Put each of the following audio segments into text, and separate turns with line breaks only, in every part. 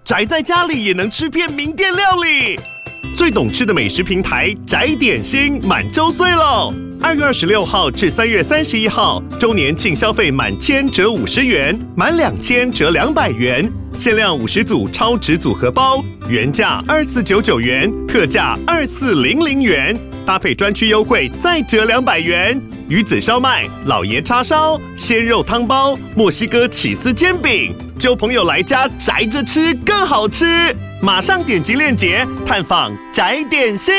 宅在家里也能吃遍名店料理。最懂吃的美食平台宅点心满周岁喽！2月26号至3月31号，周年庆消费满1000折50元，满2000折200元，限量50组超值组合包，原价2499元，特价2400元，搭配专区优惠再折200元。鱼子烧麦、老爷叉烧、鲜肉汤包、墨西哥起司煎饼，揪朋友来家宅着吃更好吃。马上点击链接探访宅点心。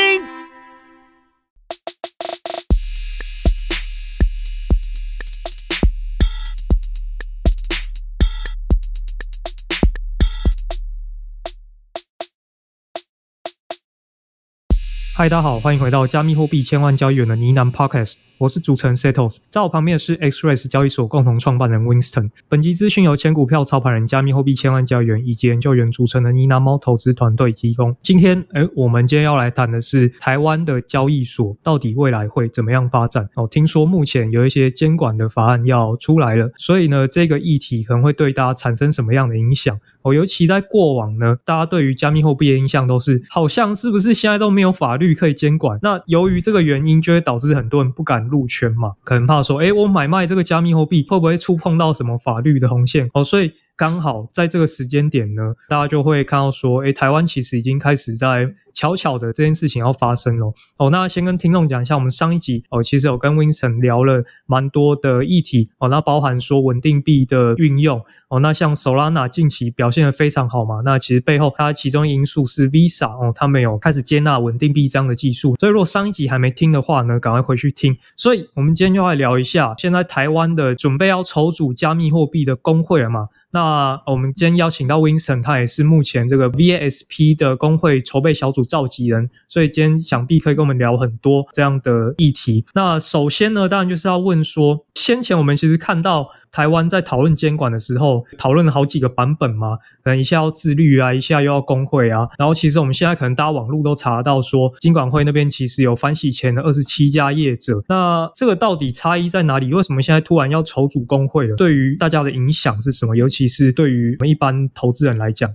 嗨，大家好，欢迎回到加密货币千万交易员的呢喃 Podcast， 我是主持人 Setos， 在我旁边的是 X-Ray 交易所共同创办人 Winston。本集资讯由前股票操盘人、加密货币千万交易员以及研究员组成的呢喃猫投资团队提供。我们今天要来谈的是台湾的交易所到底未来会怎么样发展听说目前有一些监管的法案要出来了，所以呢，这个议题可能会对大家产生什么样的影响尤其在过往呢，大家对于加密货币的印象都是好像是不是现在都没有法律可以监管，那由于这个原因就会导致很多人不敢入圈嘛，可能怕说我买卖这个加密货币会不会触碰到什么法律的红线所以刚好在这个时间点呢，大家就会看到说台湾其实已经开始在悄悄的这件事情要发生了那先跟听众讲一下，我们上一集其实有跟 Winston 聊了蛮多的议题那包含说稳定币的运用那像 Solana 近期表现得非常好嘛，那其实背后它其中因素是 Visa 他们有开始接纳稳定币这样的技术，所以如果上一集还没听的话呢，赶快回去听。所以我们今天就来聊一下现在台湾的准备要筹组加密货币的公会了嘛，那我们今天邀请到 Winston， 他也是目前这个 VASP 的公会筹备小组召集人，所以今天想必可以跟我们聊很多这样的议题。那首先呢，当然就是要问说，先前我们其实看到台湾在讨论监管的时候，讨论了好几个版本嘛，可能一下要自律啊，一下又要公会啊，然后其实我们现在可能大家网络都查到说，金管会那边其实有反洗钱的27家业者，那这个到底差异在哪里？为什么现在突然要筹组公会了？对于大家的影响是什么？尤其是对于一般投资人来讲。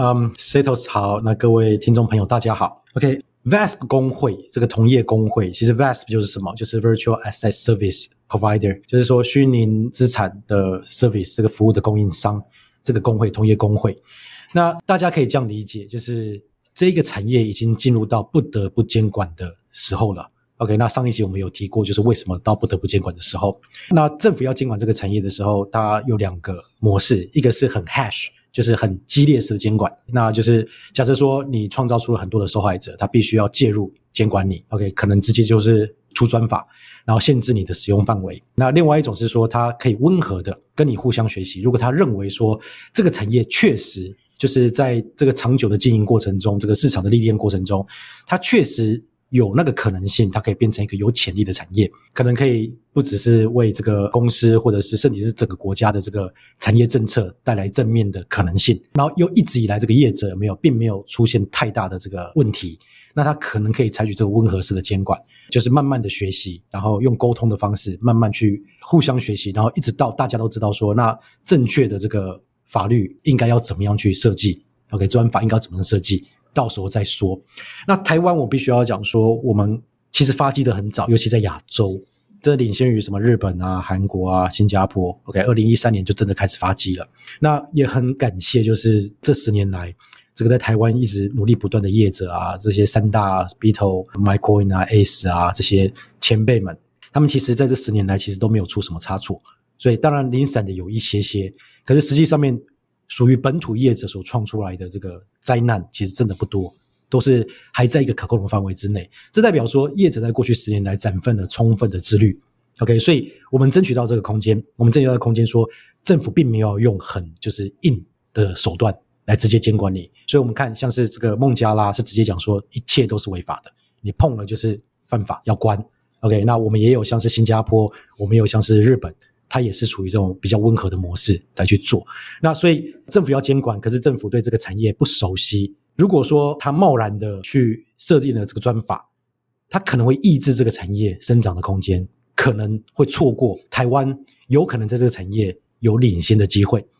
Setos 好，那各位听众朋友大家好。VASP 公会，这个同业公会，其实 VASP 就是什么？就是 Virtual Asset Service Provider， 就是说虚拟资产的 service 这个服务的供应商，这个公会，同业公会。那大家可以这样理解，就是这个产业已经进入到不得不监管的时候了。那上一集我们有提过，就是为什么到不得不监管的时候，那政府要监管这个产业的时候，它有两个模式，一个是很 hash， 就是很激烈式的监管，那就是假设说你创造出了很多的受害者，他必须要介入监管你可能直接就是出专法，然后限制你的使用范围。那另外一种是说，他可以温和的跟你互相学习，如果他认为说这个产业确实就是在这个长久的经营过程中，这个市场的历练过程中，它确实有那个可能性，它可以变成一个有潜力的产业，可能可以不只是为这个公司或者是甚至是整个国家的这个产业政策带来正面的可能性，然后又一直以来这个业者并没有出现太大的这个问题，那他可能可以采取这个温和式的监管，就是慢慢的学习，然后用沟通的方式慢慢去互相学习，然后一直到大家都知道说，那正确的这个法律应该要怎么样去设计专法应该要怎么样设计，到时候再说。那台湾我必须要讲说，我们其实发迹的很早，尤其在亚洲，这领先于什么日本啊、韩国啊、新加坡。2013年就真的开始发迹了。那也很感谢，就是这10年来，这个在台湾一直努力不断的业者啊，这些三大 Bito、MyCoin 啊、Ace 啊这些前辈们，他们其实在这10年来其实都没有出什么差错。所以当然零散的有一些，可是实际上面属于本土业者所创出来的这个灾难其实真的不多，都是还在一个可控的范围之内。这代表说业者在过去10年来展现了充分的自律。所以我们争取到这个空间，说政府并没有用很就是硬的手段来直接监管你。所以我们看像是这个孟加拉是直接讲说一切都是违法的，你碰了就是犯法要关。那我们也有像是新加坡，我们也有像是日本，它也是处于这种比较温和的模式来去做。那所以政府要监管，可是政府对这个产业不熟悉，如果说他贸然的去设定了这个专法，他可能会抑制这个产业生长的空间，可能会错过台湾有可能在这个产业有领先的机会。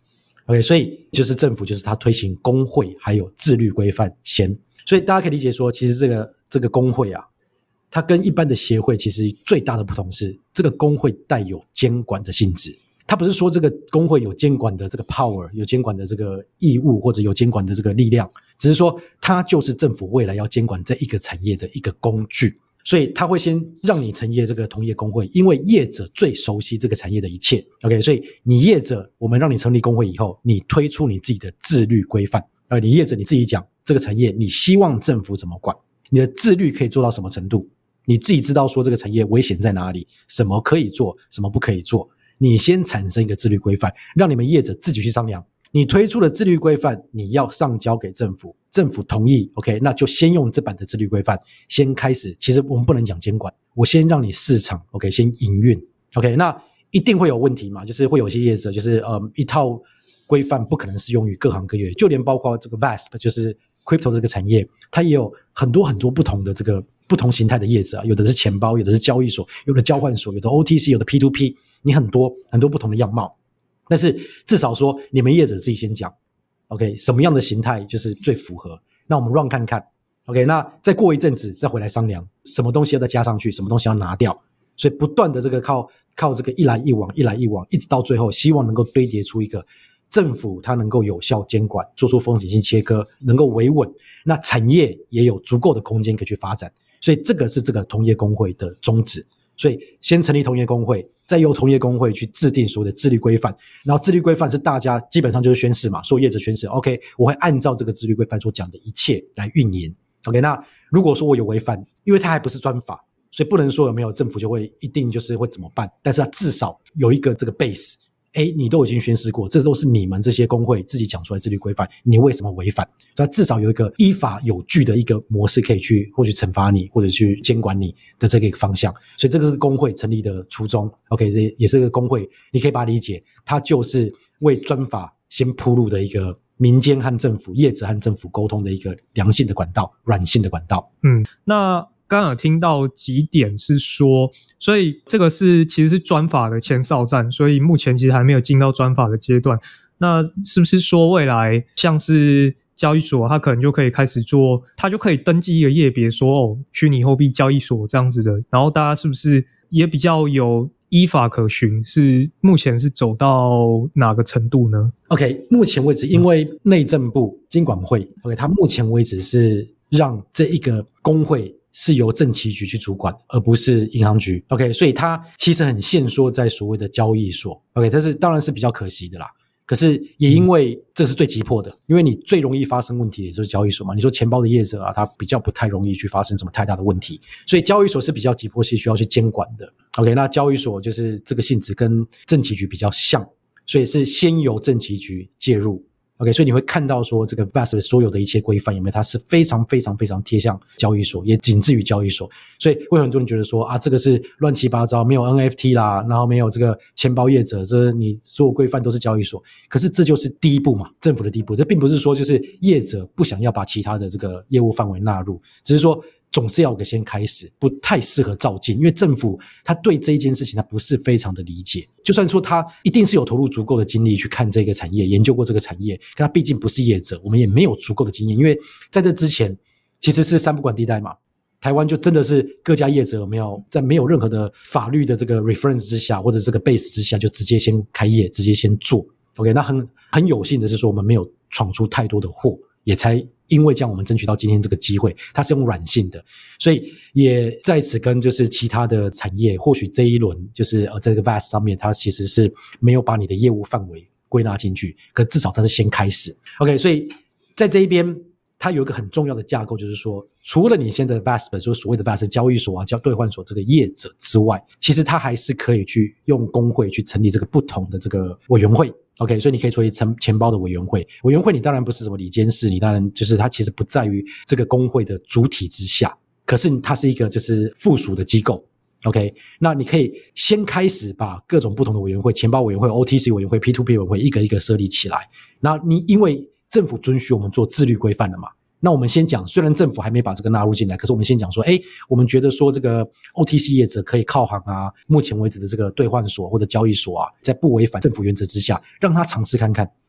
OK， 所以就是政府就是它推行工会还有自律规范先，所以大家可以理解说，其实这个工会啊，它跟一般的协会其实最大的不同是，这个工会带有监管的性质。它不是说这个工会有监管的这个 power， 有监管的这个义务，或者有监管的这个力量，只是说它就是政府未来要监管这一个产业的一个工具。所以他会先让你成立这个同业工会，因为业者最熟悉这个产业的一切。OK， 所以你业者，我们让你成立工会以后，你推出你自己的自律规范。你业者你自己讲这个产业，你希望政府怎么管？你的自律可以做到什么程度？你自己知道说这个产业危险在哪里，什么可以做，什么不可以做。你先产生一个自律规范，让你们业者自己去商量。你推出的自律规范，你要上交给政府，政府同意 OK， 那就先用这版的自律规范先开始。其实我们不能讲监管，我先让你市场 OK 先营运 OK， 那一定会有问题嘛，就是会有一些业者就是一套规范不可能适用于各行各业，就连包括这个 VASP 就是 crypto 这个产业，它也有很多很多不同的这个不同形态的业者啊，有的是钱包，有的是交易所，有的交换所，有的 OTC， 有的 P2P， 你很多很多不同的样貌。但是至少说你们业者自己先讲 OK 什么样的形态就是最符合，那我们 run 看看 OK， 那再过一阵子再回来商量什么东西要再加上去，什么东西要拿掉。所以不断的这个靠这个一来一往一直到最后，希望能够堆叠出一个政府它能够有效监管，做出风险性切割，能够维稳，那产业也有足够的空间可以去发展。所以这个是这个同业工会的宗旨。所以先成立同业工会，再由同业工会去制定所谓的自律规范，然后自律规范是大家基本上就是宣誓嘛，所有业者宣誓 OK 我会按照这个自律规范所讲的一切来运营 OK， 那如果说我有违反，因为它还不是专法，所以不能说有没有政府就会一定就是会怎么办，但是它至少有一个这个 base，你都已经宣示过，这都是你们这些工会自己讲出来自律规范，你为什么违反？它至少有一个依法有据的一个模式可以去或许惩罚你，或者去监管你的这个方向。所以这个是工会成立的初衷 OK， 这也是个工会，你可以把它理解，它就是为专法先铺路的一个民间和政府、业者和政府沟通的一个良性的管道、软性的管道。
那刚刚有听到几点是说，所以这个其实是专法的前哨战，所以目前其实还没有进到专法的阶段。那是不是说未来像是交易所，它可能就可以开始做，它就可以登记一个业别说虚拟货币交易所这样子的，然后大家是不是也比较有依法可循，是目前是走到哪个程度呢？
OK， 目前为止因为内政部金管会 OK， 它目前为止是让这一个工会是由政企局去主管，而不是银行局 OK， 所以它其实很限缩在所谓的交易所 OK， 但是当然是比较可惜的啦。可是也因为这是最急迫的，因为你最容易发生问题的也就是交易所嘛，你说钱包的业者啊，它比较不太容易去发生什么太大的问题，所以交易所是比较急迫性需要去监管的 OK， 那交易所就是这个性质跟政企局比较像，所以是先由政企局介入OK， 所以你会看到说这个 VASP 所有的一切规范有没有，它是非常非常非常贴向交易所，也仅至于交易所，所以会有很多人觉得说这个是乱七八糟，没有 NFT 啦，然后没有这个钱包业者，这你所有规范都是交易所，可是这就是第一步嘛，政府的第一步，这并不是说就是业者不想要把其他的这个业务范围纳入，只是说总是要有个先开始，不太适合照进，因为政府他对这一件事情他不是非常的理解，就算说他一定是有投入足够的精力去看这个产业，研究过这个产业，可他毕竟不是业者，我们也没有足够的经验，因为在这之前其实是三不管地带嘛，台湾就真的是各家业者有没有在没有任何的法律的这个 reference 之下，或者这个 base 之下就直接先开业，直接先做 OK， 那很有幸的是说我们没有闯出太多的祸，也才因为这样我们争取到今天这个机会，它是用软性的，所以也在此跟就是其他的产业，或许这一轮就是在这个 VASP 上面它其实是没有把你的业务范围归纳进去，可至少它是先开始 OK， 所以在这一边它有一个很重要的架构，就是说除了你现在的 VASP 就是所谓的 VASP 交易所兑换所这个业者之外，其实它还是可以去用工会去成立这个不同的这个委员会OK， 所以你可以成立钱包的委员会，委员会你当然不是什么理监事，你当然就是它其实不在于这个工会的主体之下，可是它是一个就是附属的机构 OK， 那你可以先开始把各种不同的委员会，钱包委员会、OTC 委员会、P2P 委员会一个一个设立起来，那你因为政府准许我们做自律规范的嘛，那我们先讲，虽然政府还没把这个纳入进来，可是我们先讲说我们觉得说这个 OTC 业者可以靠行啊，目前为止的这个兑换所或者交易所啊，在不违反政府原则之下让他尝试看看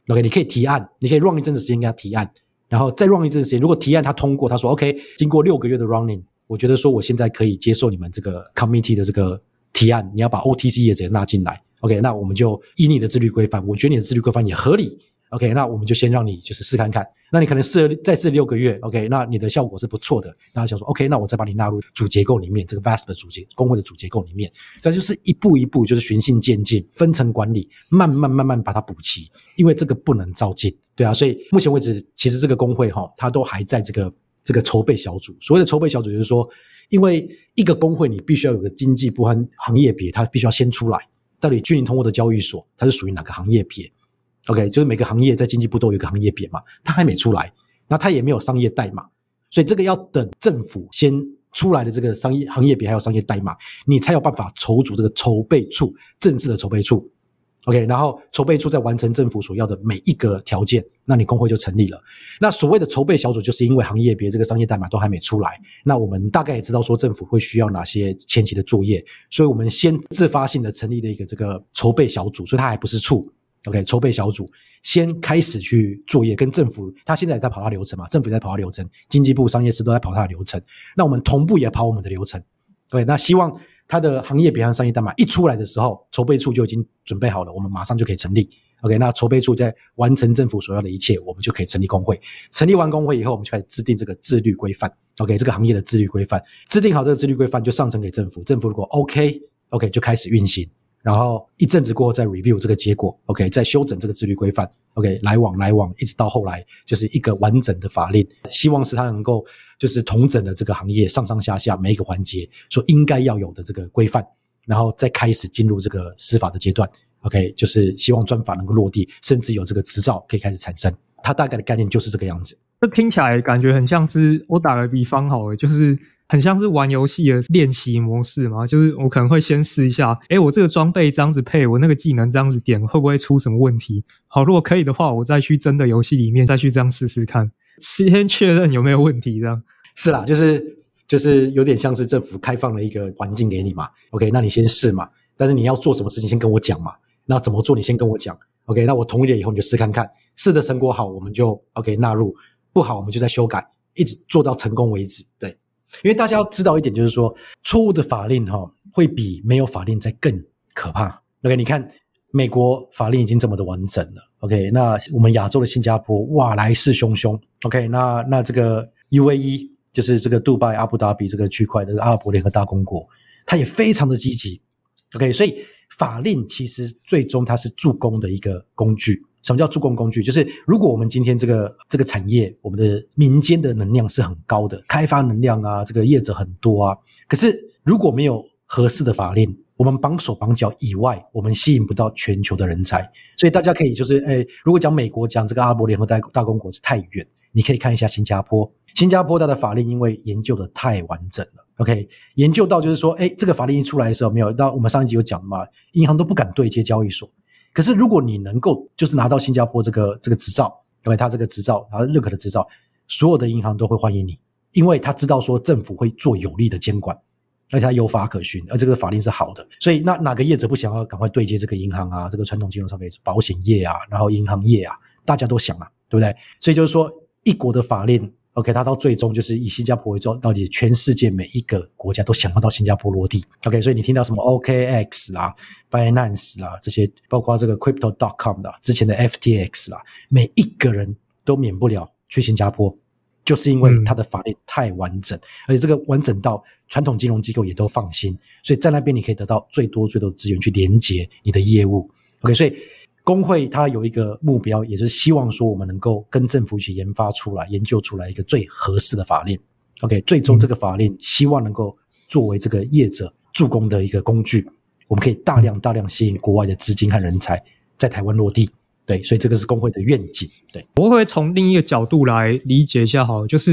OK， 你可以提案，你可以 run 一阵子时间给他提案，然后再 run 一阵子时间，如果提案他通过，他说 OK， 经过6个月的 running， 我觉得说我现在可以接受你们这个 committee 的这个提案，你要把 OTC 业者纳进来 OK， 那我们就依你的自律规范，我觉得你的自律规范也合理 OK， 那我们就先让你就是试看看，那你可能再试6个月 OK， 那你的效果是不错的，那想说 OK， 那我再把你纳入主结构里面，这个 VASP 的工会的主结构里面，这就是一步一步就是循序渐进，分层管理，慢慢把它补齐，因为这个不能照进，对啊，所以目前为止其实这个工会它都还在这个筹备小组，所谓的筹备小组就是说，因为一个工会你必须要有个经济部和行业别，它必须要先出来，到底居民通过的交易所它是属于哪个行业别 OK， 就是每个行业在经济部都有一个行业别嘛，它还没出来，那它也没有商业代码，所以这个要等政府先出来的这个行业别还有商业代码，你才有办法筹组这个筹备处，正式的筹备处 OK， 然后筹备处再完成政府所要的每一个条件，那你工会就成立了。那所谓的筹备小组就是因为行业别这个商业代码都还没出来，那我们大概也知道说政府会需要哪些前期的作业，所以我们先自发性的成立了一个这个筹备小组，所以它还不是处 OK， 筹备小组先开始去作业，跟政府他现在也在跑他流程嘛，政府也在跑他流程，经济部商业司都在跑他的流程，那我们同步也跑我们的流程 OK， 那希望他的行业别和商业代码一出来的时候，筹备处就已经准备好了，我们马上就可以成立 OK， 那筹备处在完成政府所要的一切，我们就可以成立工会，成立完工会以后，我们就开始制定这个自律规范 OK， 这个行业的自律规范，制定好这个自律规范就上呈给政府，政府如果 OK 就开始运行，然后一阵子过后再 review 这个结果 OK， 再修整这个自律规范 OK， 来往一直到后来就是一个完整的法令，希望是它能够就是统整了这个行业上上下下每一个环节所应该要有的这个规范，然后再开始进入这个司法的阶段 OK， 就是希望专法能够落地，甚至有这个执照可以开始产生，它大概的概念就是这个样子。
这听起来感觉很像是，我打个比方好了，就是很像是玩游戏的练习模式嘛，就是我可能会先试一下，我这个装备这样子配，我那个技能这样子点，会不会出什么问题？好，如果可以的话，我再去真的游戏里面再去这样试试看，先确认有没有问题这样。
是啦，就是有点像是政府开放了一个环境给你嘛 OK， 那你先试嘛，但是你要做什么事情先跟我讲嘛，那怎么做你先跟我讲 OK， 那我同意了以后你就试看看，试的成果好我们就 OK 纳入，不好我们就再修改，一直做到成功为止。对，因为大家要知道一点就是说，错误的法令会比没有法令再更可怕 OK， 你看美国法令已经这么的完整了 OK， 那我们亚洲的新加坡哇来势汹汹 OK， 那这个 UAE 就是这个杜拜阿布达比这个区块的阿拉伯联合大公国，它也非常的积极 OK， 所以法令其实最终它是助攻的一个工具。什么叫助攻工具？就是如果我们今天这个产业，我们的民间的能量是很高的，开发能量啊，这个业者很多啊，可是如果没有合适的法令，我们绑手绑脚以外，我们吸引不到全球的人才。所以大家可以就是如果讲美国讲这个阿拉伯联合大公国是太远，你可以看一下新加坡。新加坡它的法令因为研究的太完整了 OK， 研究到就是说这个法令一出来的时候，没有到我们上一集有讲嘛，银行都不敢对接交易所。可是如果你能够就是拿到新加坡这个执照，因为他这个执照他认可的执照，所有的银行都会欢迎你，因为他知道说政府会做有力的监管，而且他有法可循，而这个法令是好的，所以那哪个业者不想要赶快对接这个银行啊，这个传统金融消费保险业啊，然后银行业啊，大家都想啊，对不对？所以就是说一国的法令 OK， 它到最终就是以新加坡为重，到底全世界每一个国家都想要到新加坡落地 OK， 所以你听到什么 OKX 啦 Binance 啦，这些包括这个 Crypto.com 啦，之前的 FTX 啦，每一个人都免不了去新加坡，就是因为它的法令太完整，而且这个完整到传统金融机构也都放心，所以在那边你可以得到最多的资源去连接你的业务 OK， 所以工会它有一个目标，也就是希望说我们能够跟政府一起研发出来研究出来一个最合适的法令 OK， 最终这个法令希望能够作为这个业者助攻的一个工具，我们可以大量吸引国外的资金和人才在台湾落地。对，所以这个是工会的愿景。对，
我会从另一个角度来理解一下好了，就是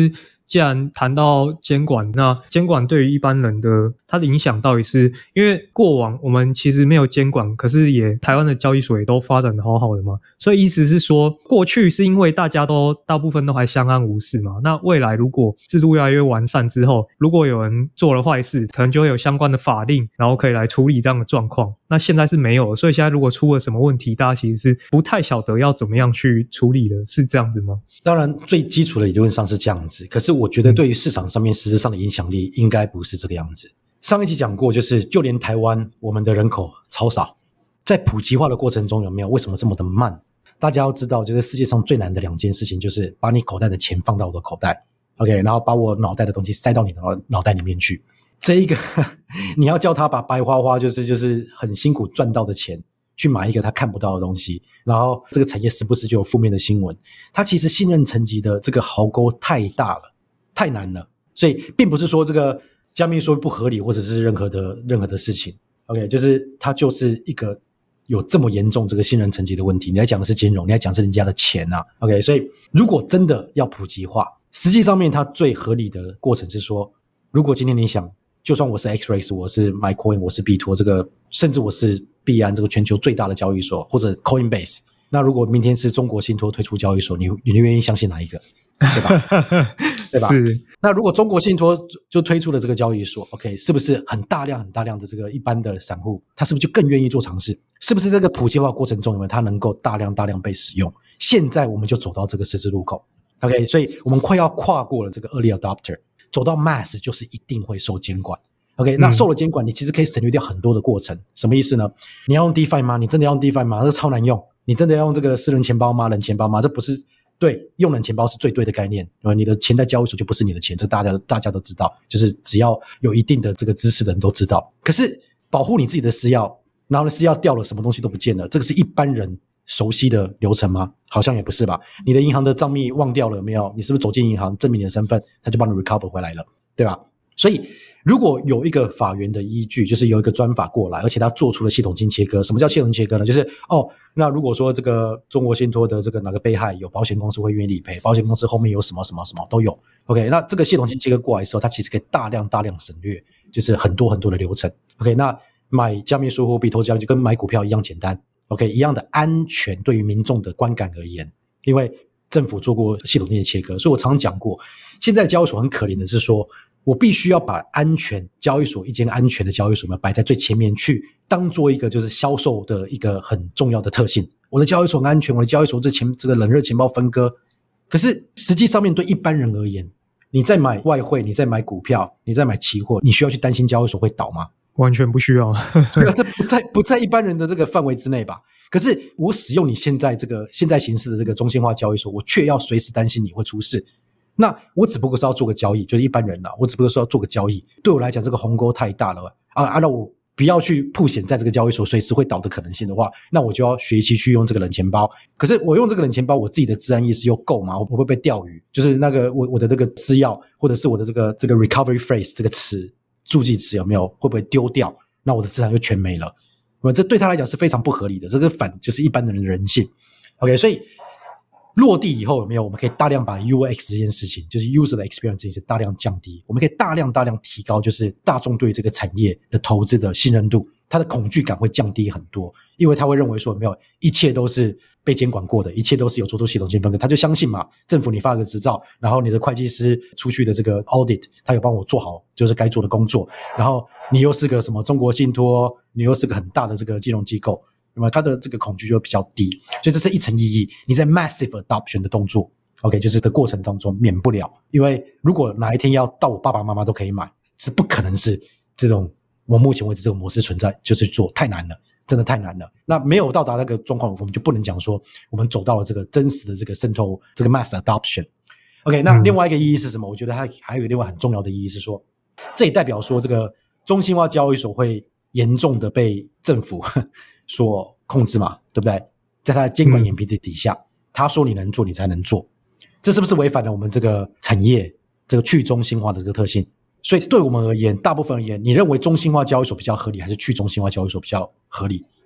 既然谈到监管，那监管对于一般人的它的影响到底是，因为过往我们其实没有监管，可是台湾的交易所也都发展的好好的嘛，所以意思是说过去是因为大部分都还相安无事嘛，那未来如果制度越来越完善之后，如果有人做了坏事，可能就会有相关的法令，然后可以来处理这样的状况。那现在是没有，所以现在如果出了什么问题，大家其实是不太晓得要怎么样去处理的，是这样子吗？
当然最基础的理论上是这样子，可是我觉得对于市场上面实质上的影响力应该不是这个样子。上一期讲过，就是就连台湾我们的人口超少，在普及化的过程中有没有为什么这么的慢？大家要知道，就是世界上最难的2件事情，就是把你口袋的钱放到我的口袋 OK， 然后把我脑袋的东西塞到你的脑袋里面去。这一个你要叫他把白花花就是很辛苦赚到的钱去买一个他看不到的东西，然后这个产业时不时就有负面的新闻，他其实信任层级的这个壕沟太大了，太难了。所以并不是说这个加密说不合理或者是任何的事情 OK， 就是它就是一个有这么严重这个信任层级的问题。你在讲的是金融，你在讲的是人家的钱啊 OK， 所以如果真的要普及化，实际上面它最合理的过程是说，如果今天你想就算我是 X-Ray， 我是 MyCoin， 我是币托，这个甚至我是币安这个全球最大的交易所，或者 Coinbase， 那如果明天是中国信托推出交易所，你愿意相信哪一个？对吧？对吧？
是。
那如果中国信托就推出了这个交易所 OK， 是不是很大量的这个一般的散户，他是不是就更愿意做尝试？是不是这个普及化过程中有没有它能够大量被使用？现在我们就走到这个十字路口 OK， 所以我们快要跨过了这个 early adopter， 走到 mass 就是一定会受监管 OK， 那受了监管你其实可以省略掉很多的过程。什么意思呢？你要用 DeFi 吗？你真的要用 DeFi 吗？这超难用。你真的要用这个私人钱包吗？冷钱包吗？这不是对，用冷钱包是最对的概念。你的钱在交易所就不是你的钱，这大家都知道，就是只要有一定的这个知识的人都知道。可是保护你自己的私钥，然后呢私钥掉了，什么东西都不见了，这个是一般人熟悉的流程吗？好像也不是吧。你的银行的账密忘掉了没有？你是不是走进银行证明你的身份，他就帮你 recover 回来了，对吧？所以如果有一个法源的依据，就是有一个专法过来，而且他做出了系统性切割。什么叫系统性切割呢？就是那如果说这个中国信托的这个哪个被害有保险公司会愿意理赔，保险公司后面有什么都有 OK， 那这个系统性切割过来的时候，它其实可以大量省略，就是很多的流程 OK， 那买加密数货币投资交易就跟买股票一样简单 OK， 一样的安全，对于民众的观感而言，因为政府做过系统性的切割。所以我常讲过，现在交易所很可怜的是说，我必须要把安全交易所，一间安全的交易所摆在最前面去，当做一个就是销售的一个很重要的特性。我的交易所很安全，我的交易所这个冷热钱包分割。可是实际上面对一般人而言，你在买外汇，你在买股票，你在买期货，你需要去担心交易所会倒吗？
完全不需要。
对啊，这不在一般人的这个范围之内吧。可是我使用你现在形式的这个中心化交易所，我却要随时担心你会出事。那我只不过是要做个交易，就是一般人啦，我只不过是要做个交易，对我来讲这个鸿沟太大了那我不要去曝险在这个交易所随时会倒的可能性的话，那我就要学习去用这个冷钱包。可是我用这个冷钱包，我自己的治安意识又够吗？我会不会被钓鱼？就是那个我的这个私钥，或者是我的这个 recovery phrase 这个词助记词有没有会不会丢掉？那我的资产就全没了。这对他来讲是非常不合理的，这个就是一般的人性 OK， 所以落地以后有没有我们可以大量把 UX 这件事情，就是 user 的 experience 这件事大量降低，我们可以大量提高就是大众对这个产业的投资的信任度，他的恐惧感会降低很多，因为他会认为说有没有一切都是被监管过的，一切都是有做出系统性分割，他就相信嘛，政府你发了个执照，然后你的会计师出去的这个 audit 他有帮我做好就是该做的工作，然后你又是个什么中国信托，你又是个很大的这个金融机构，那么他的这个恐惧就比较低，所以这是一层意义。你在 massive adoption 的动作 OK 就是的过程当中免不了，因为如果哪一天要到我爸爸妈妈都可以买，是不可能是这种我目前为止这个模式存在，就是做太难了，真的太难了。那没有到达那个状况，我们就不能讲说我们走到了这个真实的这个渗透这个 mass adoption OK， 那另外一个意义是什么？我觉得它还有另外很重要的意义是说，这也代表说这个中心化交易所会严重的被政府所控制嘛，对不对？在他的监管眼皮的底下，他说你能做你才能做，这是不是违反了我们这个产业这个去中心化的这个特性？所以对我们而言，大部分而言，你认为中心化交易所比较合理，还是去中心化交易所比较合理？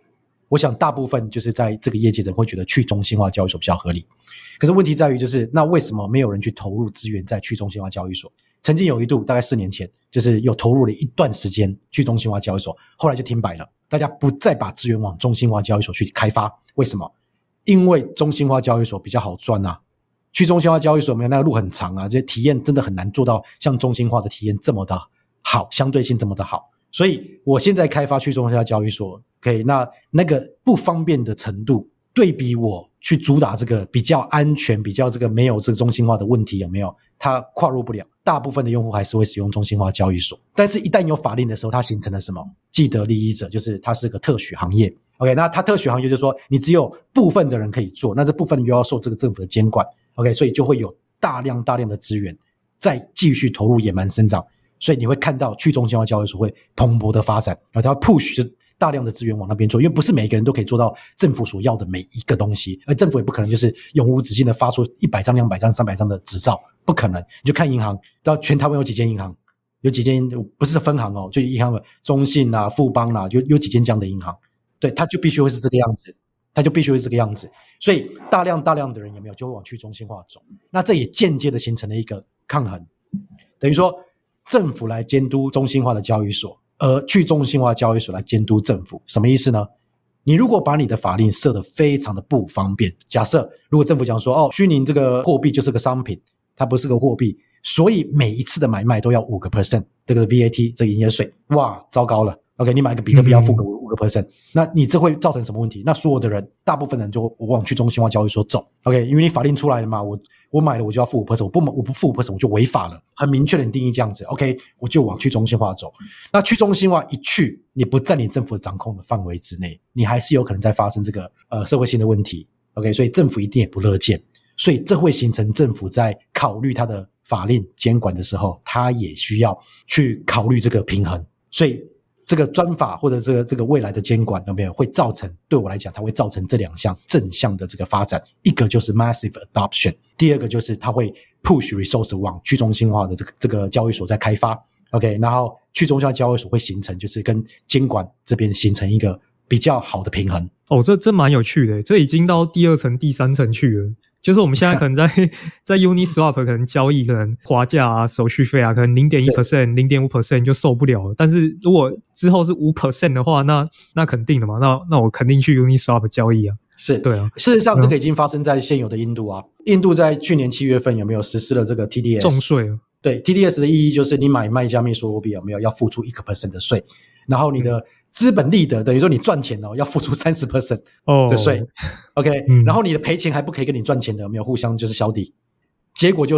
我想大部分就是在这个业界人会觉得去中心化交易所比较合理。可是问题在于就是那为什么没有人去投入资源在去中心化交易所？曾经有一度大概4年前就是有投入了一段时间去中心化交易所，后来就停摆了，大家不再把资源往中心化交易所去开发。为什么？因为中心化交易所比较好赚啊，去中心化交易所没有那个路很长啊，这些体验真的很难做到像中心化的体验这么的好，相对性这么的好。所以我现在开发去中心化交易所 OK， 那个不方便的程度对比我去主打这个比较安全比较这个没有这个中心化的问题有没有，它跨入不了，大部分的用户还是会使用中心化交易所。但是一旦有法令的时候，它形成了什么既得利益者，就是它是个特许行业。 OK， 那它特许行业就是说你只有部分的人可以做，那这部分又要受这个政府的监管。 OK， 所以就会有大量的资源再继续投入野蛮生长，所以你会看到去中心化交易所会蓬勃的发展，然后它会 push 就大量的资源往那边做，因为不是每一个人都可以做到政府所要的每一个东西，而政府也不可能就是永无止境的发出100张、200张、300张的执照，不可能。你就看银行，到全台湾有几间银行，有几间不是分行哦，就银行中信啊、富邦啊，有几间这样的银行，对，它就必须会是这个样子，它就必须会是这个样子。所以大量的人有没有就会往去中心化走，那这也间接的形成了一个抗衡，等于说政府来监督中心化的交易所，而去中心化交易所来监督政府。什么意思呢？你如果把你的法令设得非常的不方便，假设如果政府讲说虚拟这个货币就是个商品，它不是个货币，所以每一次的买卖都要 5% 这个 VAT 这个营业税，哇糟糕了。 OK， 你买个比特币要付个5%，那你这会造成什么问题？那所有的人大部分人就往去中心化交易所走。 OK， 因为你法令出来了嘛，我买了我就要付 5%， 我不付 5% 我就违法了，很明确的定义这样子。 OK， 我就往去中心化走。那去中心化一去，你不在你政府掌控的范围之内，你还是有可能在发生这个社会性的问题。 OK， 所以政府一定也不乐见，所以这会形成政府在考虑它的法令监管的时候，它也需要去考虑这个平衡。所以这个专法或者这个未来的监管有没有会造成，对我来讲它会造成这2项正向的这个发展，一个就是 massive adoption， 第二个就是它会 push resource 往去中心化的这个交易所在开发。 OK， 然后去中心化交易所会形成就是跟监管这边形成一个比较好的平衡。
这蛮有趣的，这已经到第2层第3层去了。就是我们现在可能在 Uniswap 可能交易可能滑价啊、手续费啊，可能 0.1%、0.5% 就受不了了。但是如果之后是 5% 的话，那肯定的嘛，那我肯定去 Uniswap 交易啊。
是，对啊。事实上，这个已经发生在现有的印度啊。印度在去年7月份有没有实施了这个 TDS
重税？对
，TDS 的意义就是你买卖加密数货币有没有要付出1% 的税，然后你的资本利得等于说你赚钱要付出 30% 的税。OK，然后你的赔钱还不可以跟你赚钱的有没有互相就是小抵，结果就是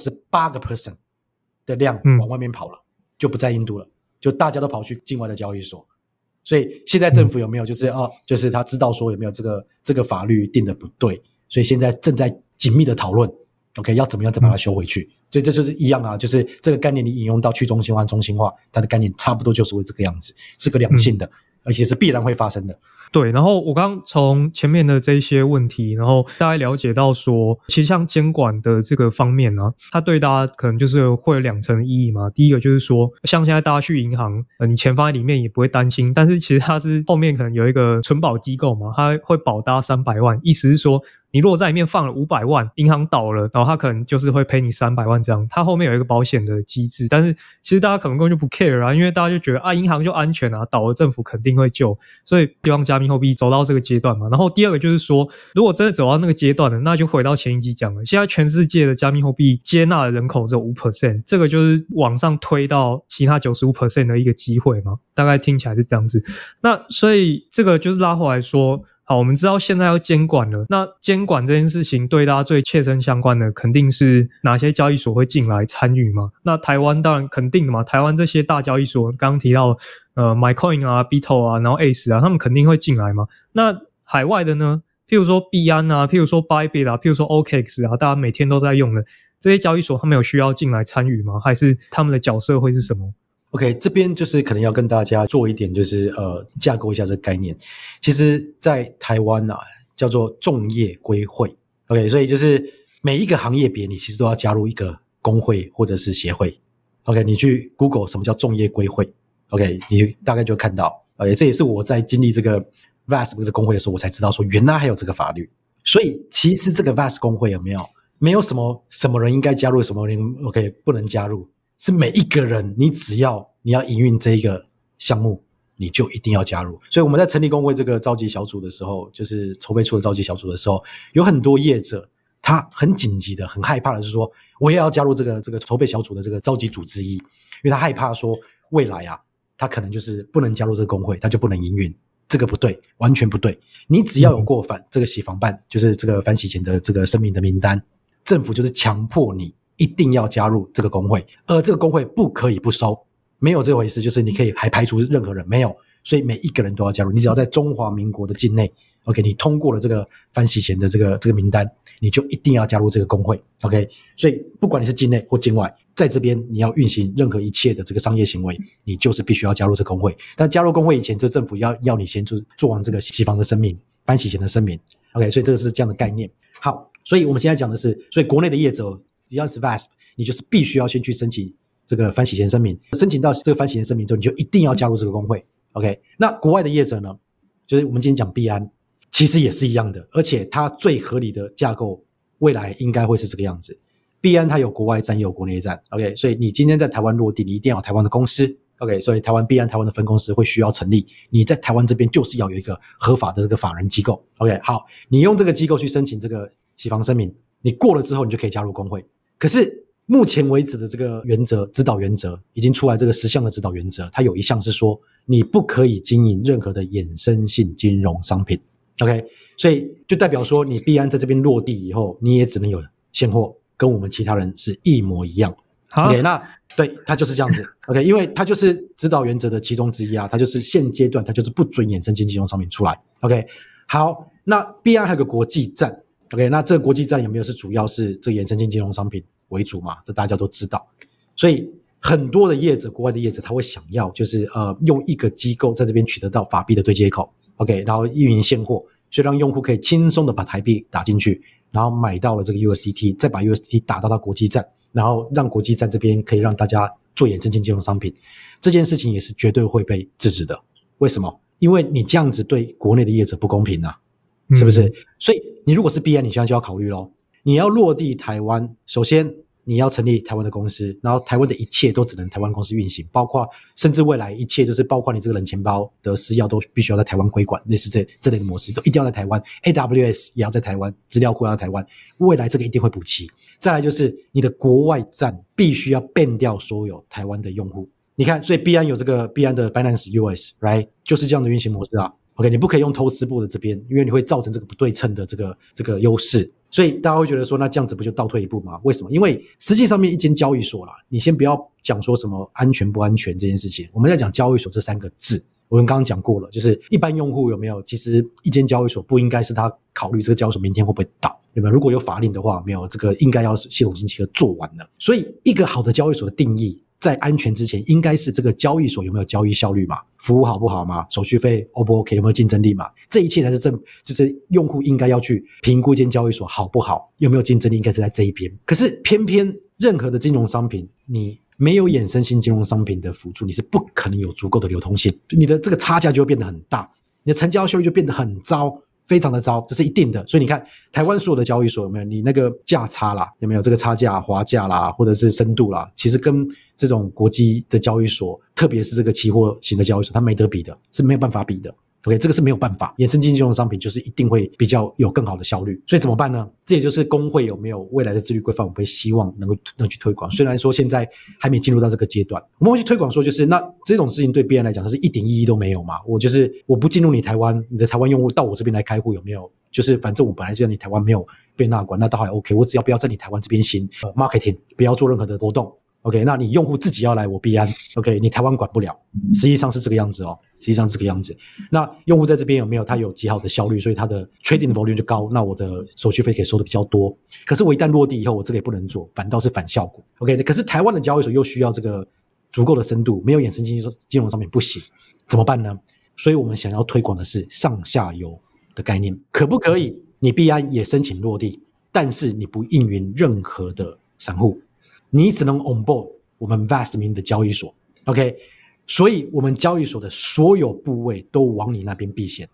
98% 的量往外面跑了，就不在印度了，就大家都跑去境外的交易所。所以现在政府有没有就是他知道说有没有这个法律定的不对，所以现在正在紧密的讨论 OK 要怎么样再把它修回去。所以这就是一样啊，就是这个概念你引用到去中心化中心化，它的概念差不多就是会这个样子，是个良性的，而且是必然会发生的。
对，然后我刚刚从前面的这些问题，然后大概了解到说，其实像监管的这个方面呢，它对大家可能就是会有2层意义嘛。第一个就是说，像现在大家去银行，你钱放在里面也不会担心，但是其实它是后面可能有一个存保机构嘛，它会保大家300万，意思是说，你如果在里面放了500万，银行倒了，然后它可能就是会赔你300万这样，它后面有一个保险的机制。但是其实大家可能根本就不 care 啊，因为大家就觉得银行就安全啊，倒了政府肯定会救，所以希望加密货币走到这个阶段嘛。然后第二个就是说，如果真的走到那个阶段了，那就回到前一集讲了，现在全世界的加密货币接纳的人口只有 5%， 这个就是往上推到其他 95% 的一个机会嘛，大概听起来是这样子。那所以这个就是拉回来说，好，我们知道现在要监管了，那监管这件事情对大家最切身相关的肯定是哪些交易所会进来参与嘛。那台湾当然肯定的嘛，台湾这些大交易所刚刚提到MyCoin 啊、Beto 啊，然后 Ace 啊，他们肯定会进来嘛。那海外的呢，譬如说币安啊，譬如说 Bybit 啊，譬如说 OKX 啊，大家每天都在用的这些交易所，他们有需要进来参与吗？还是他们的角色会是什么
？OK， 这边就是可能要跟大家做一点就是架构一下这个概念。其实在台湾啊叫做众业归会。OK， 所以就是每一个行业别你其实都要加入一个工会或者是协会。OK， 你去 Google 什么叫众业归会 OK， 你大概就看到。这也是我在经历这个 VASP 这个工会的时候，我才知道说原来还有这个法律。所以其实这个 VASP 工会没有什么人应该加入，什么人 OK 不能加入，是每一个人你只要你要营运这一个项目，你就一定要加入。所以我们在成立工会这个召集小组的时候，就是筹备处的召集小组的时候，有很多业者他很紧急的很害怕的是说，我也要加入这个筹备小组的这个召集组之一，因为他害怕说未来啊他可能就是不能加入这个工会，他就不能营运。这个不对，完全不对。你只要有过这个洗防办，就是这个反洗钱的这个声明的名单，政府就是强迫你一定要加入这个工会，而这个工会不可以不收，没有这回事，就是你可以还排除任何人，没有。所以每一个人都要加入，你只要在中华民国的境内 OK 你通过了这个反洗钱的这个名单，你就一定要加入这个工会 OK 所以不管你是境内或境外，在这边你要运行任何一切的这个商业行为，你就是必须要加入这个工会。但加入工会以前，这政府要你先做完这个洗防的声明，反洗钱的声明 OK 所以这个是这样的概念。好，所以我们现在讲的是，所以国内的业者只要是 VASP 你就是必须要先去申请这个反洗钱声明，申请到这个反洗钱声明之后，你就一定要加入这个工会 OK 那国外的业者呢，就是我们今天讲币安其实也是一样的，而且它最合理的架构未来应该会是这个样子。币安它有国外站也有国内站 OK 所以你今天在台湾落地，你一定要有台湾的公司 OK 所以台湾币安台湾的分公司会需要成立，你在台湾这边就是要有一个合法的这个法人机构 OK 好，你用这个机构去申请这个洗防声明，你过了之后你就可以加入工会。可是目前为止的这个指导原则已经出来，这个10项的指导原则，它有一项是说你不可以经营任何的衍生性金融商品 OK 所以就代表说你币安在这边落地以后，你也只能有现货，跟我们其他人是一模一样 OK 那对，它就是这样子 OK 因为它就是指导原则的其中之一啊，它就是现阶段它就是不准衍生性金融商品出来 OK 好，那币安还有个国际站 OK 那这个国际站有没有是主要是这个衍生性金融商品为主嘛，这大家都知道。所以很多的业者，国外的业者他会想要就是用一个机构在这边取得到法币的对接口 OK 然后运营现货，所以让用户可以轻松的把台币打进去，然后买到了这个 USDT， 再把 USDT 打到国际站，然后让国际站这边可以让大家做衍生性金融商品。这件事情也是绝对会被制止的。为什么？因为你这样子对国内的业者不公平啊，是不是？所以你如果是币安，你现在就要考虑咯，你要落地台湾，首先你要成立台湾的公司，然后台湾的一切都只能台湾公司运行，包括甚至未来一切就是包括你这个冷钱包的私钥都必须要在台湾规管，类似这类的模式都一定要在台湾， AWS 也要在台湾，资料库要在台湾，未来这个一定会补齐。再来就是你的国外站必须要ban掉所有台湾的用户，你看，所以币安有这个币安的 Binance US right 就是这样的运行模式啊。OK 你不可以用偷吃部的这边，因为你会造成这个不对称的这个优势，所以大家会觉得说那这样子不就倒退一步吗？为什么？因为实际上面一间交易所啦，你先不要讲说什么安全不安全这件事情，我们在讲交易所这3个字，我们刚刚讲过了，就是一般用户有没有，其实一间交易所不应该是他考虑这个交易所明天会不会倒，有没有？如果有法令的话，没有，这个应该要系统性做完了。所以一个好的交易所的定义在安全之前应该是这个交易所有没有交易效率嘛，服务好不好嘛，手续费 O 不 OK， 有没有竞争力嘛，这一切才是就是用户应该要去评估一间交易所好不好，有没有竞争力，应该是在这一边。可是偏偏任何的金融商品，你没有衍生性金融商品的辅助，你是不可能有足够的流通性，你的这个差价就会变得很大，你的成交效率就变得很糟，非常的糟，这是一定的。所以你看台湾所有的交易所有没有，你那个价差啦，有没有这个差价滑价啦，或者是深度啦，其实跟这种国际的交易所，特别是这个期货型的交易所，它没得比的，是没有办法比的。OK 这个是没有办法，衍生性金融商品就是一定会比较有更好的效率。所以怎么办呢？这也就是工会有没有未来的自律规范，我们会希望能去推广。虽然说现在还没进入到这个阶段，我们会去推广说，就是那这种事情对别人来讲它是一点意义都没有嘛。我不进入你台湾，你的台湾用户到我这边来开户有没有，就是反正我本来就在你台湾没有被纳管，那倒还 OK， 我只要不要在你台湾这边行marketing， 不要做任何的活动OK 那你用户自己要来我币安 OK 你台湾管不了，实际上是这个样子哦，实际上是这个样子。那用户在这边有没有他有极好的效率，所以他的 trading 的 volume 就高，那我的手续费可以收的比较多。可是我一旦落地以后，我这个也不能做，反倒是反效果 OK 可是台湾的交易所又需要这个足够的深度，没有衍生金融商品不行，怎么办呢？所以我们想要推广的是上下游的概念，可不可以你币安也申请落地，但是你不应允任何的散户，你只能 onboard 我们 VASP 名的交易所 OK 所以我们交易所的所有部位都往你那边避险，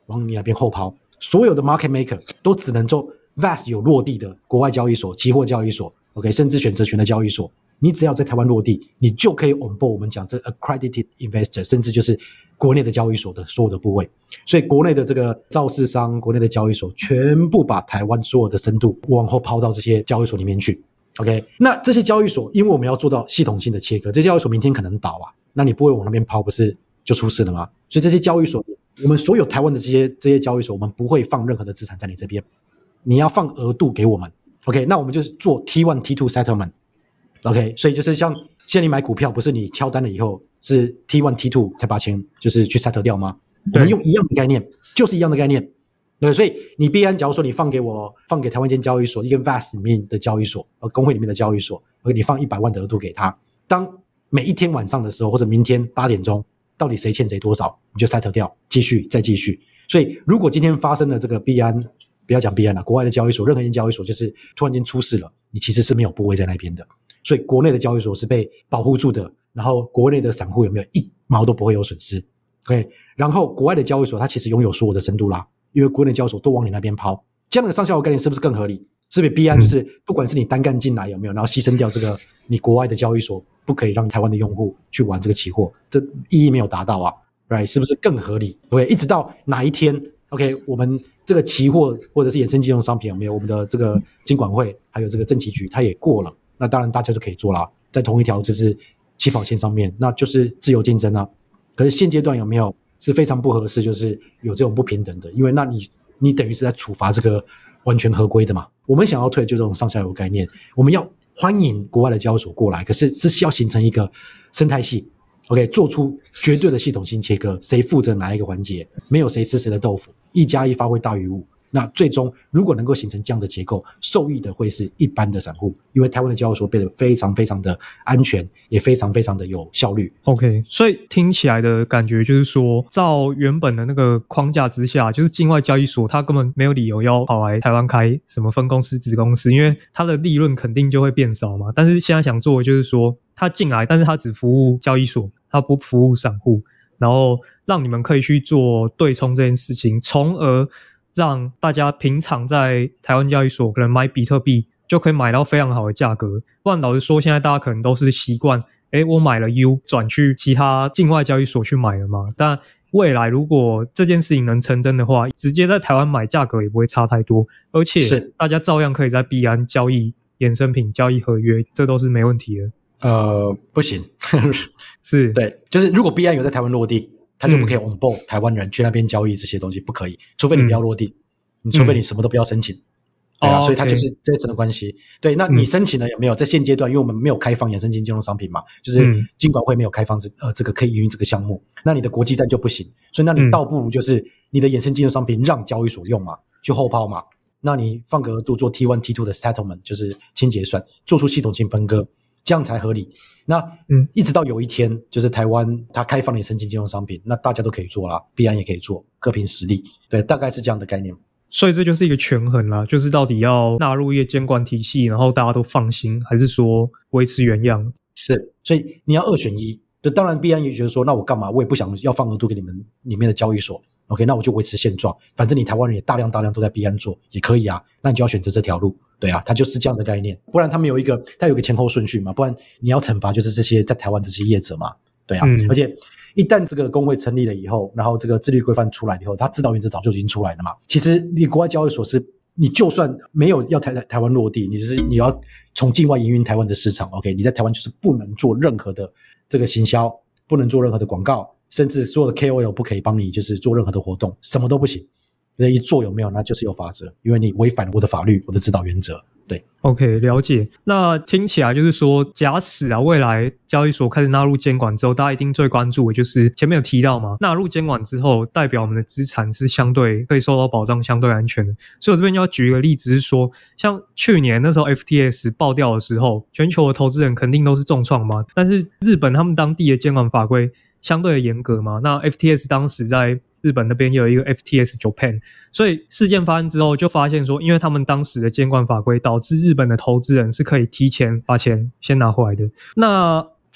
往你那边后抛，所有的 market maker 都只能做 VAS 有落地的国外交易所、期货交易所 ，OK， 甚至选择权的交易所。你只要在台湾落地，你就可以 onboard 我们讲这个 accredited investor， 甚至就是国内的交易所的所有的部位。所以国内的这个造市商、国内的交易所，全部把台湾所有的深度往后抛到这些交易所里面去。OK， 那这些交易所，因为我们要做到系统性的切割，这些交易所明天可能倒啊，那你不会往那边抛，不是就出事了吗？所以这些交易所，我们所有台湾的这些交易所，我们不会放任何的资产在你这边，你要放额度给我们。OK， 那我们就是做 T1、T2 settlement。OK， 所以就是像现在你买股票，不是你敲单了以后是 T1、T2 才把钱就是去 settle 掉吗？我们用一样的概念，就是一样的概念。对，所以你币安，假如说你放给台湾一间交易所，一个 VAS 里面的交易所，公会里面的交易所，你放100万的额度给他，当每一天晚上的时候，或者明天8点钟，到底谁欠谁多少，你就 settle 掉，继续再继续。所以如果今天发生了这个币安，不要讲币安了，国外的交易所，任何一间交易所就是突然间出事了，你其实是没有部位在那边的。所以国内的交易所是被保护住的，然后国内的散户有没有1毛都不会有损失。OK， 然后国外的交易所它其实拥有所有的深度啦，因为国内交易所都往你那边抛，这样的上下游概念是不是更合理？是不是币安就是不管是你单干进来有没有，然后牺牲掉这个你国外的交易所，不可以让台湾的用户去玩这个期货，这意义没有达到啊 ，right？ 是不是更合理？对，一直到哪一天 ？OK， 我们这个期货或者是衍生金融商品有没有？我们的这个金管会还有这个证期局它也过了。那当然大家就可以做啦，在同一条就是起跑线上面，那就是自由竞争啊。可是现阶段有没有是非常不合适，就是有这种不平等的，因为那你等于是在处罚这个完全合规的嘛。我们想要推就这种上下游概念，我们要欢迎国外的交易所过来，可是这是要形成一个生态系 ，OK， 做出绝对的系统性切割，谁负责哪一个环节，没有谁吃谁的豆腐，1+1发挥大于5。那最终如果能够形成这样的结构，受益的会是一般的散户，因为台湾的交易所变得非常非常的安全，也非常非常的有效率。
OK， 所以听起来的感觉就是说，照原本的那个框架之下，就是境外交易所它根本没有理由要跑来台湾开什么分公司子公司，因为它的利润肯定就会变少嘛。但是现在想做的就是说，它进来但是它只服务交易所，它不服务散户，然后让你们可以去做对冲这件事情，从而让大家平常在台湾交易所可能买比特币就可以买到非常好的价格。不然老实说，现在大家可能都是习惯我买了 U 转去其他境外交易所去买了嘛。但未来如果这件事情能成真的话，直接在台湾买价格也不会差太多，而且大家照样可以在币安交易衍生品、交易合约，这都是没问题的。
不行
是，
对，就是如果币安有在台湾落地，他就不可以 onboard 台湾人去那边交易这些东西，不可以，除非你不要落地，除非你什么都不要申请。对啊，所以它就是这一层的关系。对，那你申请了有没有？在现阶段，因为我们没有开放衍生金融商品嘛，就是金管会没有开放这个可以营运这个项目，那你的国际站就不行。所以那你倒不如就是你的衍生金融商品让交易所用嘛，去后抛嘛。那你放个额度做 T1、T2 的 settlement， 就是清结算，做出系统性分割，这样才合理。那一直到有一天，就是台湾它开放衍生金融商品，那大家都可以做啦，币安也可以做，各凭实力。对，大概是这样的概念。
所以这就是一个权衡啦，就是到底要纳入一个监管体系，然后大家都放心，还是说维持原样？
是，所以你要2选1。就当然币安也觉得说，那我干嘛？我也不想要放额度给你们里面的交易所。OK， 那我就维持现状，反正你台湾人也大量都在币安做，也可以啊。那你就要选择这条路，对啊，它就是这样的概念。不然它有一个前后顺序嘛，不然你要惩罚就是这些在台湾这些业者嘛，对啊。而且一旦这个公会成立了以后，然后这个自律规范出来以后，它指导原则早就已经出来了嘛。其实你国外交易所是，你就算没有要台湾落地，你要从境外营运台湾的市场 ，OK， 你在台湾就是不能做任何的这个行销，不能做任何的广告，甚至所有的 KOL 不可以帮你就是做任何的活动，什么都不行。一做有没有，那就是有罚则，因为你违反了我的法律，我的指导原则。对
，OK， 了解。那听起来就是说，假使未来交易所开始纳入监管之后，大家一定最关注的就是前面有提到嘛，纳入监管之后，代表我们的资产是相对可以受到保障、相对安全的。所以我这边就要举一个例子是说，像去年那时候 FTX 爆掉的时候，全球的投资人肯定都是重创嘛，但是日本他们当地的监管法规相对的严格嘛，那 FTX 当时在日本那边有一个 FTX Japan， 所以事件发生之后就发现说，因为他们当时的监管法规导致日本的投资人是可以提前把钱先拿回来的。那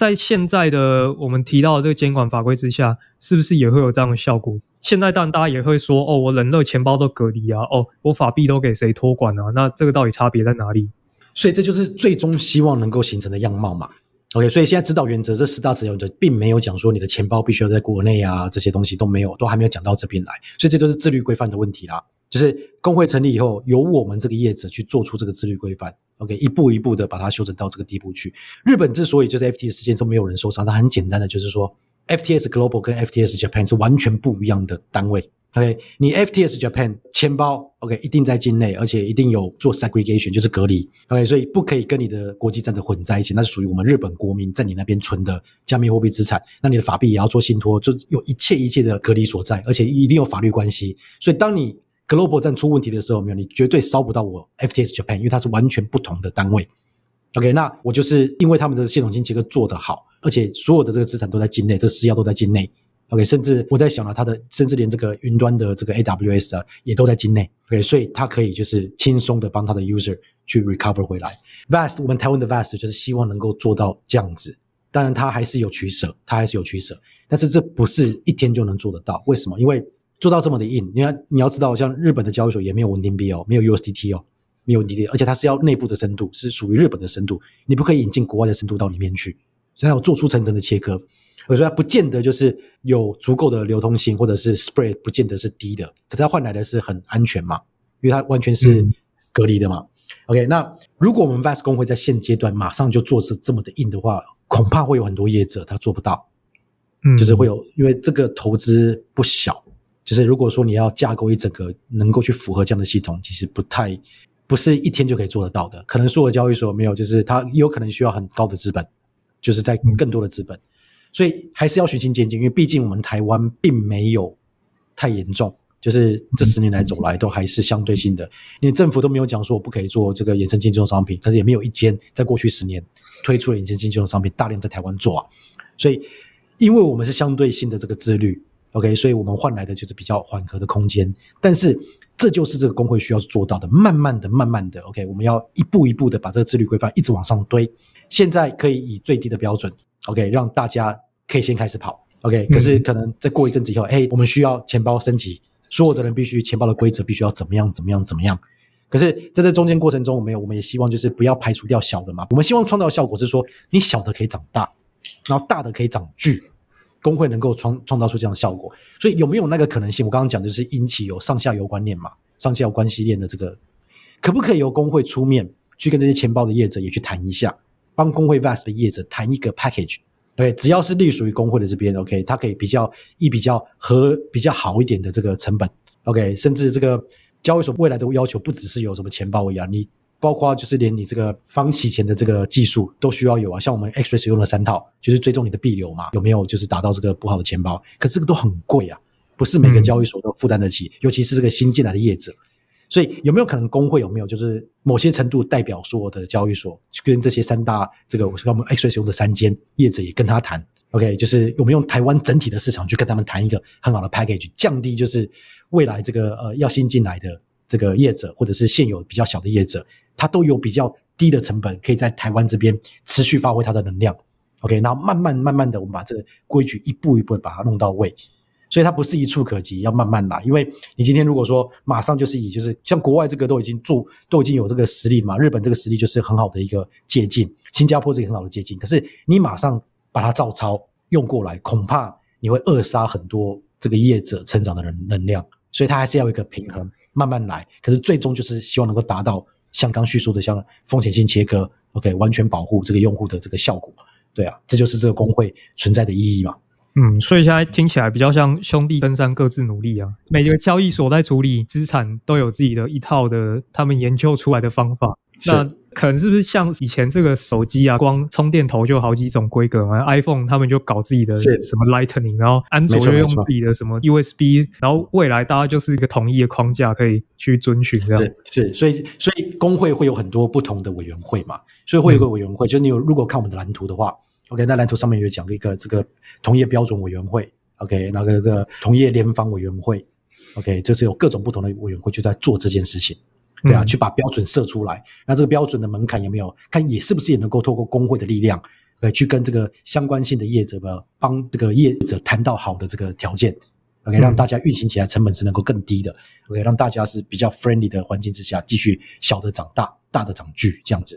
在现在的我们提到的这个监管法规之下，是不是也会有这样的效果？现在当然大家也会说，我冷热钱包都隔离啊，我法币都给谁托管啊？那这个到底差别在哪里？
所以这就是最终希望能够形成的样貌嘛。OK， 所以现在指导原则这10大指导原则并没有讲说你的钱包必须要在国内啊，这些东西都没有，都还没有讲到这边来，所以这就是自律规范的问题啦。就是工会成立以后，由我们这个业者去做出这个自律规范 ，OK， 一步一步的把它修正到这个地步去。日本之所以就是 FTX 事件中没有人受伤，它很简单的就是说 FTX Global 跟 FTX Japan 是完全不一样的单位。OK， 你 FTX Japan 钱包 OK 一定在境内，而且一定有做 segregation 就是隔离 OK， 所以不可以跟你的国际站的混在一起，那是属于我们日本国民在你那边存的加密货币资产，那你的法币也要做信托，就有一切的隔离所在，而且一定有法律关系。所以当你 Global 站出问题的时候，没有，你绝对烧不到我 FTX Japan， 因为它是完全不同的单位。OK， 那我就是因为他们的系统性结构做得好，而且所有的这个资产都在境内，这个私钥都在境内。OK， 甚至我在想了，它的甚至连这个云端的这个 AWS 啊，也都在境内。OK， 所以它可以就是轻松的帮它的 user 去 recover 回来。VAST 我们台湾的 VAST 就是希望能够做到这样子，当然它还是有取舍，但是这不是一天就能做得到。为什么？因为做到这么的硬，你要知道，像日本的交易所也没有稳定币没有 USDT 没有 USDT， 而且它是要内部的深度，是属于日本的深度，你不可以引进国外的深度到里面去，所以它有做出层层的切割。所以它不见得就是有足够的流通性，或者是 spread 不见得是低的，可是它换来的是很安全嘛，因为它完全是隔离的嘛。OK， 那如果我们 VAST 工会在现阶段马上就做这么的硬的话，恐怕会有很多业者他做不到，就是会有，因为这个投资不小，就是如果说你要架构一整个能够去符合这样的系统，其实不是一天就可以做得到的，可能所有交易所没有，就是它有可能需要很高的资本，就是在更多的资本。所以还是要循序渐进，因为毕竟我们台湾并没有太严重，就是这10年来走来都还是相对性的，连政府都没有讲说我不可以做这个衍生金融商品，但是也没有一间在过去10年推出了衍生金融商品大量在台湾做啊。所以因为我们是相对性的这个自律 OK， 所以我们换来的就是比较缓和的空间，但是这就是这个工会需要做到的，慢慢的 OK， 我们要一步一步的把这个自律规范一直往上堆，现在可以以最低的标准OK， 让大家可以先开始跑 OK， 可是可能再过一阵子以后我们需要钱包升级，所有的人必须钱包的规则必须要怎么样，可是在这中间过程中我们也希望就是不要排除掉小的嘛，我们希望创造的效果是说你小的可以长大，然后大的可以长巨，工会能够创造出这样的效果。所以有没有那个可能性，我刚刚讲就是引起有上下游观念嘛，上下游关系链的这个，可不可以由工会出面去跟这些钱包的业者也去谈一下，帮工会 VAST 的业者谈一个 package， 对，只要是隶属于工会的这边 OK， 它可以比较好一点的这个成本 OK， 甚至这个交易所未来的要求不只是有什么钱包一样，你包括就是连你这个防洗钱的这个技术都需要有啊，像我们 X-Ray 用了3套，就是追踪你的币流嘛，有没有就是达到这个不好的钱包，可是这个都很贵啊，不是每个交易所都负担得起，尤其是这个新进来的业者。所以有没有可能工会有没有就是某些程度代表所有的交易所跟这些3大这个我们 X-Ray 用的3间业者也跟他谈 OK， 就是我们用台湾整体的市场去跟他们谈一个很好的 package， 降低就是未来这个要新进来的这个业者或者是现有比较小的业者，他都有比较低的成本可以在台湾这边持续发挥它的能量 OK， 然后慢慢的我们把这个规矩一步一步的把它弄到位，所以它不是一触可及，要慢慢来。因为你今天如果说马上就是像国外这个都已经有这个实力嘛，日本这个实力就是很好的一个借鉴，新加坡这个很好的借鉴，可是你马上把它照抄用过来，恐怕你会扼杀很多这个业者成长的能量，所以它还是要有一个平衡，慢慢来。可是最终就是希望能够达到像刚叙述的像风险性切割 OK， 完全保护这个用户的这个效果。对啊，这就是这个工会存在的意义嘛。
所以现在听起来比较像兄弟登山各自努力啊，每个交易所在处理资产都有自己的一套的他们研究出来的方法。那可能是不是像以前这个手机啊，光充电头就好几种规格嘛 ，iPhone 他们就搞自己的什么 Lightning， 然后安卓就用自己的什么 USB， 然后未来大家就是一个统一的框架可以去遵循这样。
是，所以工会会有很多不同的委员会嘛，所以会有个委员会，就你如果看我们的蓝图的话 OK， 那蓝图上面有讲一个这个同业标准委员会 OK， 那个这个同业联防委员会 OK， 这是有各种不同的委员会就在做这件事情。对啊，去把标准设出来，那这个标准的门槛有没有看也是不是也能够透过工会的力量去跟这个相关性的业者帮这个业者谈到好的这个条件。OK， 让大家运行起来成本是能够更低的。OK， 让大家是比较 friendly 的环境之下，继续小的长大，大的长巨这样子。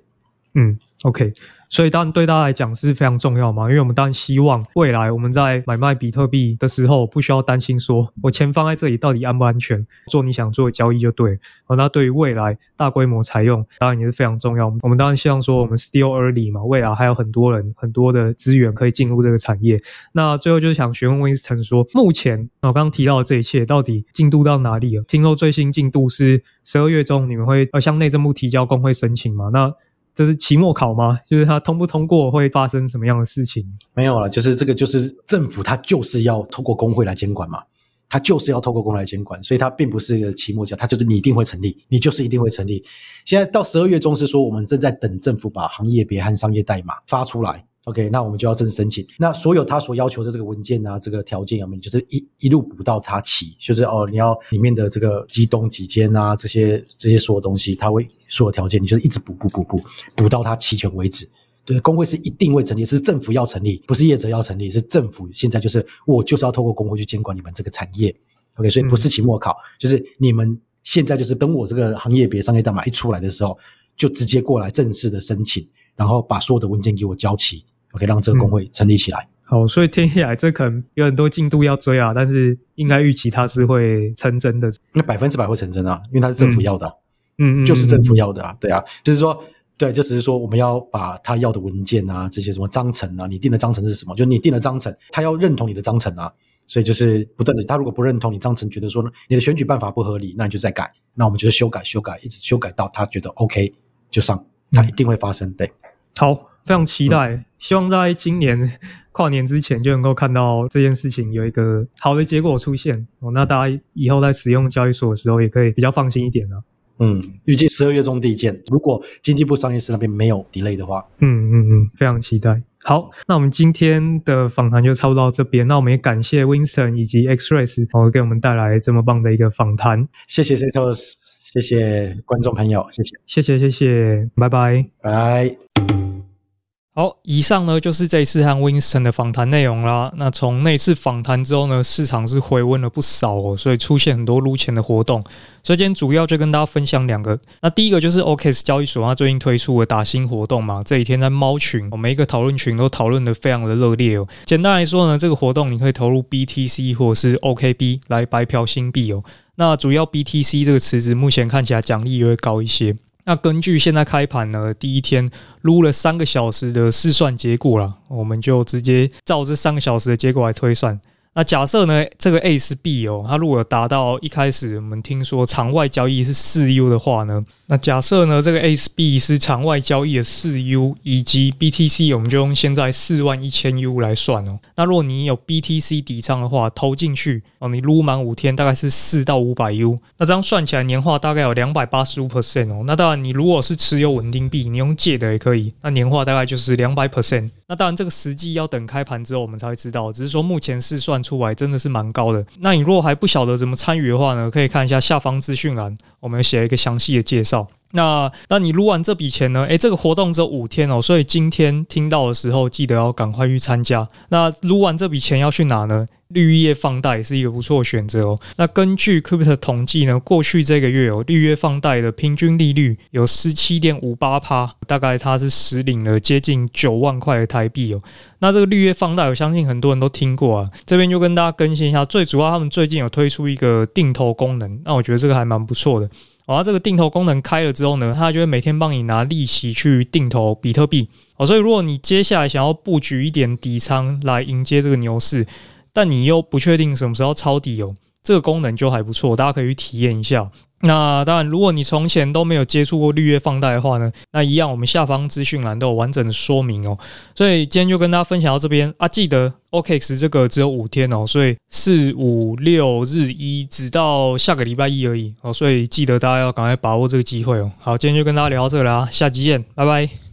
OK， 所以当然对大家来讲是非常重要嘛，因为我们当然希望未来我们在买卖比特币的时候，不需要担心说我钱放在这里到底安不安全，做你想做的交易就对。那对于未来大规模采用，当然也是非常重要。我们当然希望说我们 still early 嘛，未来还有很多人很多的资源可以进入这个产业。那最后就是想询问 Winston 说，目前我刚刚提到的这一切到底进度到哪里了？听说最新进度是12月中你们会向内政部提交公会申请嘛？那这是期末考吗？就是它通不通过会发生什么样的事情？
没有了，就是这个就是政府它就是要透过工会来监管嘛，它就是要透过工会来监管，所以它并不是一个期末考，它就是你一定会成立，你就是一定会成立。现在到12月中是说我们正在等政府把行业别和商业代码发出来。OK， 那我们就要正式申请。那所有他所要求的这个文件啊，这个条件，我们就是一路补到它齐，就是你要里面的这个机动几间啊，这些所有东西，它会所有条件，你就是一直补到它齐全为止。对，工会是一定会成立，是政府要成立，不是业者要成立，是政府现在就是我就是要透过工会去监管你们这个产业。OK， 所以不是期末考，就是你们现在就是等我这个行业别商业代码一出来的时候，就直接过来正式的申请，然后把所有的文件给我交齐。OK， 让这个工会成立起来。
好，所以听起来这可能有很多进度要追啊，但是应该预期它是会成真的。
那100%会成真啊，因为它是政府要的就是政府要的啊，对啊，就是说，对，就只是说我们要把他要的文件啊，这些什么章程啊，你定的章程是什么？就你定的章程，他要认同你的章程啊，所以就是不断的，他如果不认同你章程，觉得说你的选举办法不合理，那你就再改，那我们就是修改，一直修改到他觉得 OK 就上，他一定会发生，对。
好，非常期待，希望在今年跨年之前就能够看到这件事情有一个好的结果出现那大家以后在使用交易所的时候也可以比较放心一点啊。
预计12月中递件，如果经济部商业司那边没有 delay 的话。
非常期待。好，那我们今天的访谈就差不多到这边，那我们也感谢 Winston 以及 X-Ray 给我们带来这么棒的一个访谈。
谢谢 Setos， 谢谢观众朋友，
谢谢，拜拜。
拜。
好，以上呢就是这一次和 Winston 的访谈内容啦。那从那次访谈之后呢，市场是回温了不少所以出现很多撸钱的活动。所以今天主要就跟大家分享两个。那第一个就是 OKX 交易所它最近推出的打新活动嘛，这几天在猫群每一个讨论群都讨论得非常的热烈简单来说呢，这个活动你可以投入 BTC 或者是 OKB 来白嫖新币那主要 BTC 这个池子目前看起来奖励也会高一些。那根据现在开盘呢，第一天撸了3个小时的试算结果啦，我们就直接照这3个小时的结果来推算。那假设呢，这个 ACE 币它如果达到一开始我们听说场外交易是 4U 的话呢，那假设呢这个 ACE 币是场外交易的 4U， 以及 BTC 我们就用现在41000U 来算那如果你有 BTC 底仓的话，投进去你撸满5天大概是4到500U， 那这样算起来年化大概有 285% 那当然你如果是持有稳定币，你用借的也可以，那年化大概就是 200%。那当然这个实际要等开盘之后我们才会知道，只是说目前试算出来真的是蛮高的。那你如果还不晓得怎么参与的话呢，可以看一下下方资讯栏，我们有写一个详细的介绍。那你撸完这笔钱呢，这个活动只有5天所以今天听到的时候记得要赶快去参加。那撸完这笔钱要去哪呢？绿叶放贷是一个不错的选择那根据 Crypto 统计呢，过去这个月绿叶放贷的平均利率有 17.58%， 大概它是实领了接近9万块的台币那这个绿叶放贷我相信很多人都听过这边就跟大家更新一下，最主要他们最近有推出一个定投功能，那我觉得这个还蛮不错的这个定投功能开了之后呢，它就会每天帮你拿利息去定投比特币所以如果你接下来想要布局一点底仓来迎接这个牛市，但你又不确定什么时候抄底这个功能就还不错，大家可以去体验一下。那当然如果你从前都没有接触过绿叶放贷的话呢，那一样我们下方资讯栏都有完整的说明所以今天就跟大家分享到这边记得 OKX 这个只有5天所以4、5、6日1直到下个礼拜1而已所以记得大家要赶快把握这个机会好，今天就跟大家聊到这啦，下集见，拜拜。